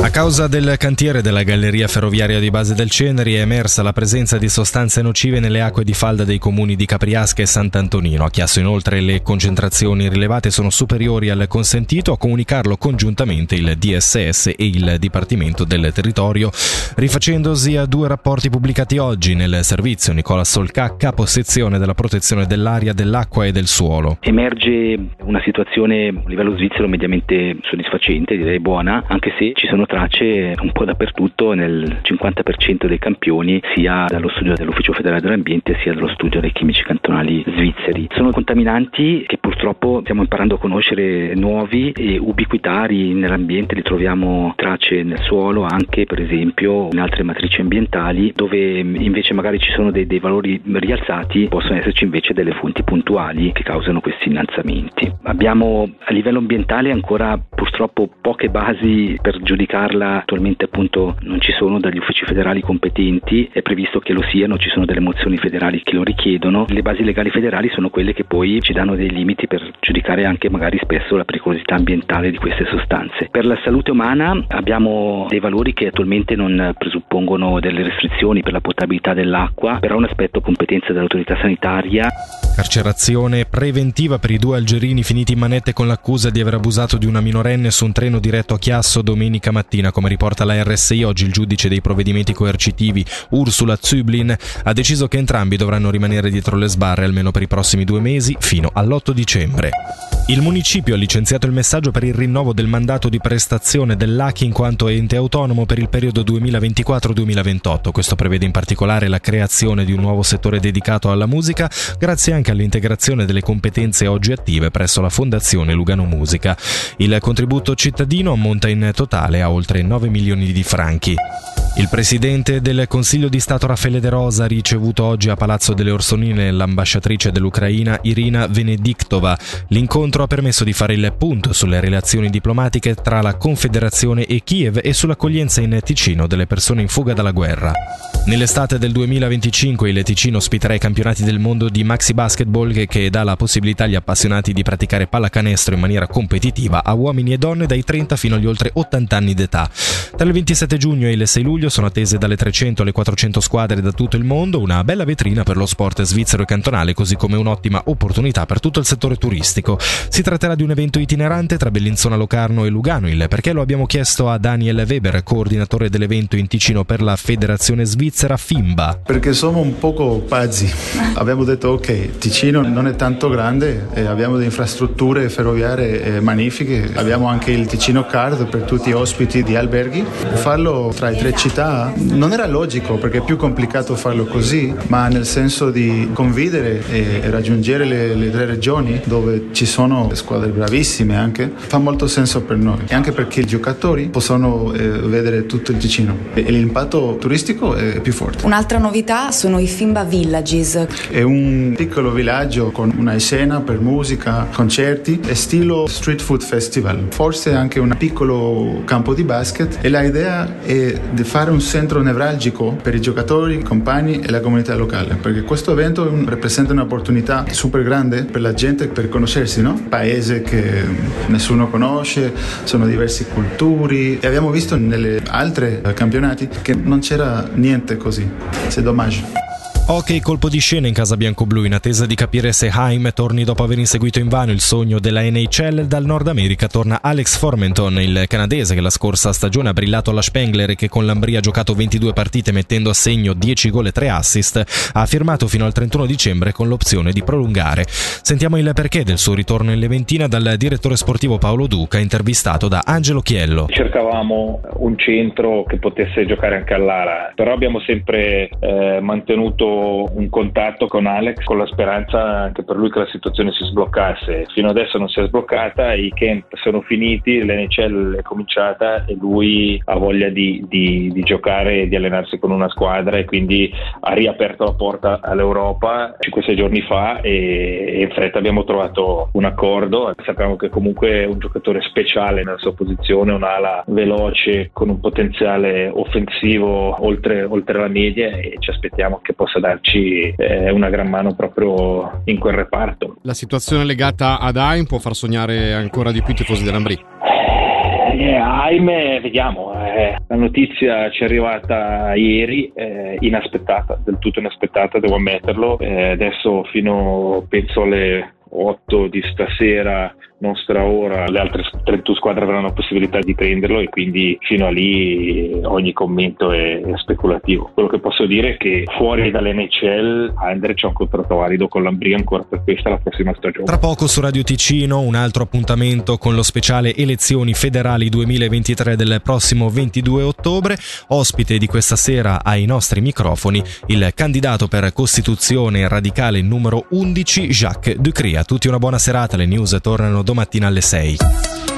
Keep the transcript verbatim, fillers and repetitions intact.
A causa del cantiere della galleria ferroviaria di Base del Ceneri è emersa la presenza di sostanze nocive nelle acque di falda dei comuni di Capriasca e Sant'Antonino. A Chiasso inoltre le concentrazioni rilevate sono superiori al consentito, a comunicarlo congiuntamente il D S S e il Dipartimento del Territorio, rifacendosi a due rapporti pubblicati oggi nel servizio. Nicola Solcà, capo sezione della protezione dell'aria, dell'acqua e del suolo. Emerge una situazione a livello svizzero mediamente soddisfacente, direi buona, anche se ci sono tracce un po' dappertutto, nel cinquanta per cento dei campioni, sia dallo studio dell'Ufficio Federale dell'Ambiente sia dallo studio dei chimici cantonali svizzeri. Sono contaminanti che purtroppo stiamo imparando a conoscere, nuovi e ubiquitari nell'ambiente. Li troviamo tracce nel suolo, anche per esempio in altre matrici ambientali, dove invece magari ci sono dei, dei valori rialzati, possono esserci invece delle fonti puntuali che causano questi innalzamenti. Abbiamo a livello ambientale ancora purtroppo poche basi per giudicarla. Attualmente appunto non ci sono dagli uffici federali competenti, è previsto che lo siano, ci sono delle mozioni federali che lo richiedono. Le basi legali federali sono quelle che poi ci danno dei limiti per giudicare anche magari spesso la pericolosità ambientale di queste sostanze. Per la salute umana abbiamo dei valori che attualmente non presuppongono delle restrizioni per la potabilità dell'acqua, però un aspetto competenza dell'autorità sanitaria. Carcerazione preventiva per i due algerini finiti in manette con l'accusa di aver abusato di una minorenne su un treno diretto a Chiasso domenica mattina. Come riporta la R S I, oggi il giudice dei provvedimenti coercitivi Ursula Züblin ha deciso che entrambi dovranno rimanere dietro le sbarre almeno per i prossimi due mesi fino all'otto dicembre. Il municipio ha licenziato il messaggio per il rinnovo del mandato di prestazione dell'A C I in quanto ente autonomo per il periodo duemilaventiquattro duemilaventotto. Questo prevede in particolare la creazione di un nuovo settore dedicato alla musica, grazie anche all'integrazione delle competenze oggi attive presso la Fondazione Lugano Musica. Il contributo cittadino ammonta in totale a oltre nove milioni di franchi. Il presidente del Consiglio di Stato Raffaele De Rosa ha ricevuto oggi a Palazzo delle Orsonine l'ambasciatrice dell'Ucraina Irina Venediktova. L'incontro ha permesso di fare il punto sulle relazioni diplomatiche tra la Confederazione e Kiev e sull'accoglienza in Ticino delle persone in fuga dalla guerra. Nell'estate del duemilaventicinque il Ticino ospiterà i campionati del mondo di maxi basketball che, che dà la possibilità agli appassionati di praticare pallacanestro in maniera competitiva a uomini e donne dai trenta fino agli oltre ottanta anni d'età. Tra il ventisette giugno e il sei luglio sono attese dalle trecento alle quattrocento squadre da tutto il mondo, una bella vetrina per lo sport svizzero e cantonale, così come un'ottima opportunità per tutto il settore turistico. Si tratterà di un evento itinerante tra Bellinzona, Locarno e Lugano. Il perché lo abbiamo chiesto a Daniel Weber, coordinatore dell'evento in Ticino per la Federazione Svizzera FIMBA. Perché siamo un poco pazzi. Abbiamo detto ok, Ticino non è tanto grande, eh, abbiamo delle infrastrutture ferroviarie eh, magnifiche, abbiamo anche il Ticino Card per tutti gli ospiti di alberghi. Farlo tra le tre città non era logico perché è più complicato farlo così, ma nel senso di condividere e, e raggiungere le, le tre regioni dove ci sono squadre bravissime anche, fa molto senso per noi e anche perché i giocatori possono eh, vedere tutto il Ticino e, e l'impatto turistico è più forte. Un'altra novità sono i FIMBA Villages. È un piccolo villaggio con una scena per musica, concerti e stilo street food festival, forse anche un piccolo campo di basket, e la idea è di fare un centro nevralgico per i giocatori, i compagni e la comunità locale, perché questo evento rappresenta un'opportunità super grande per la gente per conoscersi, no? Paese che nessuno conosce, sono diverse culture e abbiamo visto nelle altre campionati che non c'era niente così. C'est dommage. Ok, colpo di scena in casa bianco-blu in attesa di capire se Haim torni dopo aver inseguito invano il sogno della N H L. Dal Nord America torna Alex Formenton, il canadese che la scorsa stagione ha brillato alla Spengler e che con l'Ambria ha giocato ventidue partite mettendo a segno dieci gol e tre assist. Ha firmato fino al trentuno dicembre con l'opzione di prolungare. Sentiamo il perché del suo ritorno in Leventina dal direttore sportivo Paolo Duca, intervistato da Angelo Chiello. Cercavamo un centro che potesse giocare anche all'ala, però abbiamo sempre eh, mantenuto un contatto con Alex con la speranza anche per lui che la situazione si sbloccasse. Fino adesso non si è sbloccata, i camp sono finiti, l'N H L è cominciata e lui ha voglia di, di, di giocare e di allenarsi con una squadra, e quindi ha riaperto la porta all'Europa cinque sei giorni fa e, e in fretta abbiamo trovato un accordo. Sappiamo che comunque è un giocatore speciale nella sua posizione, un'ala veloce con un potenziale offensivo oltre, oltre la media, e ci aspettiamo che possa darci eh, una gran mano proprio in quel reparto. La situazione legata ad Haim può far sognare ancora di più i tifosi dell'Ambrì? Eh, ahimè, vediamo. Eh, la notizia ci è arrivata ieri, eh, inaspettata, del tutto inaspettata, devo ammetterlo. Eh, adesso fino penso alle otto di stasera nostra ora le altre trentuno squadre avranno possibilità di prenderlo e quindi fino a lì ogni commento è, è speculativo. Quello che posso dire è che fuori dall'N H L Andre c'è un contratto valido con l'Ambria ancora per questa la prossima stagione. Tra poco su Radio Ticino un altro appuntamento con lo speciale Elezioni Federali duemilaventitré del prossimo ventidue ottobre. Ospite di questa sera ai nostri microfoni il candidato per Costituzione radicale numero undici Jacques Ducry. A tutti una buona serata, le news tornano domattina alle sei.